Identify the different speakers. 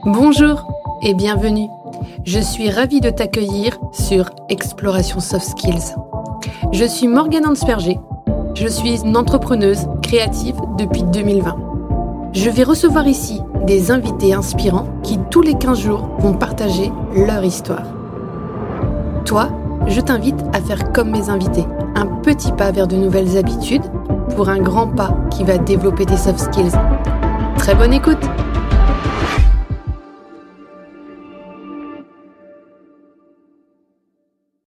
Speaker 1: Bonjour et bienvenue. Je suis ravie de t'accueillir sur Exploration Soft Skills. Je suis Morgane Hansperger. Je suis une entrepreneuse créative depuis 2020. Je vais recevoir ici des invités inspirants qui tous les 15 jours vont partager leur histoire. Toi, je t'invite à faire comme mes invités, un petit pas vers de nouvelles habitudes pour un grand pas qui va développer tes soft skills. Très bonne écoute!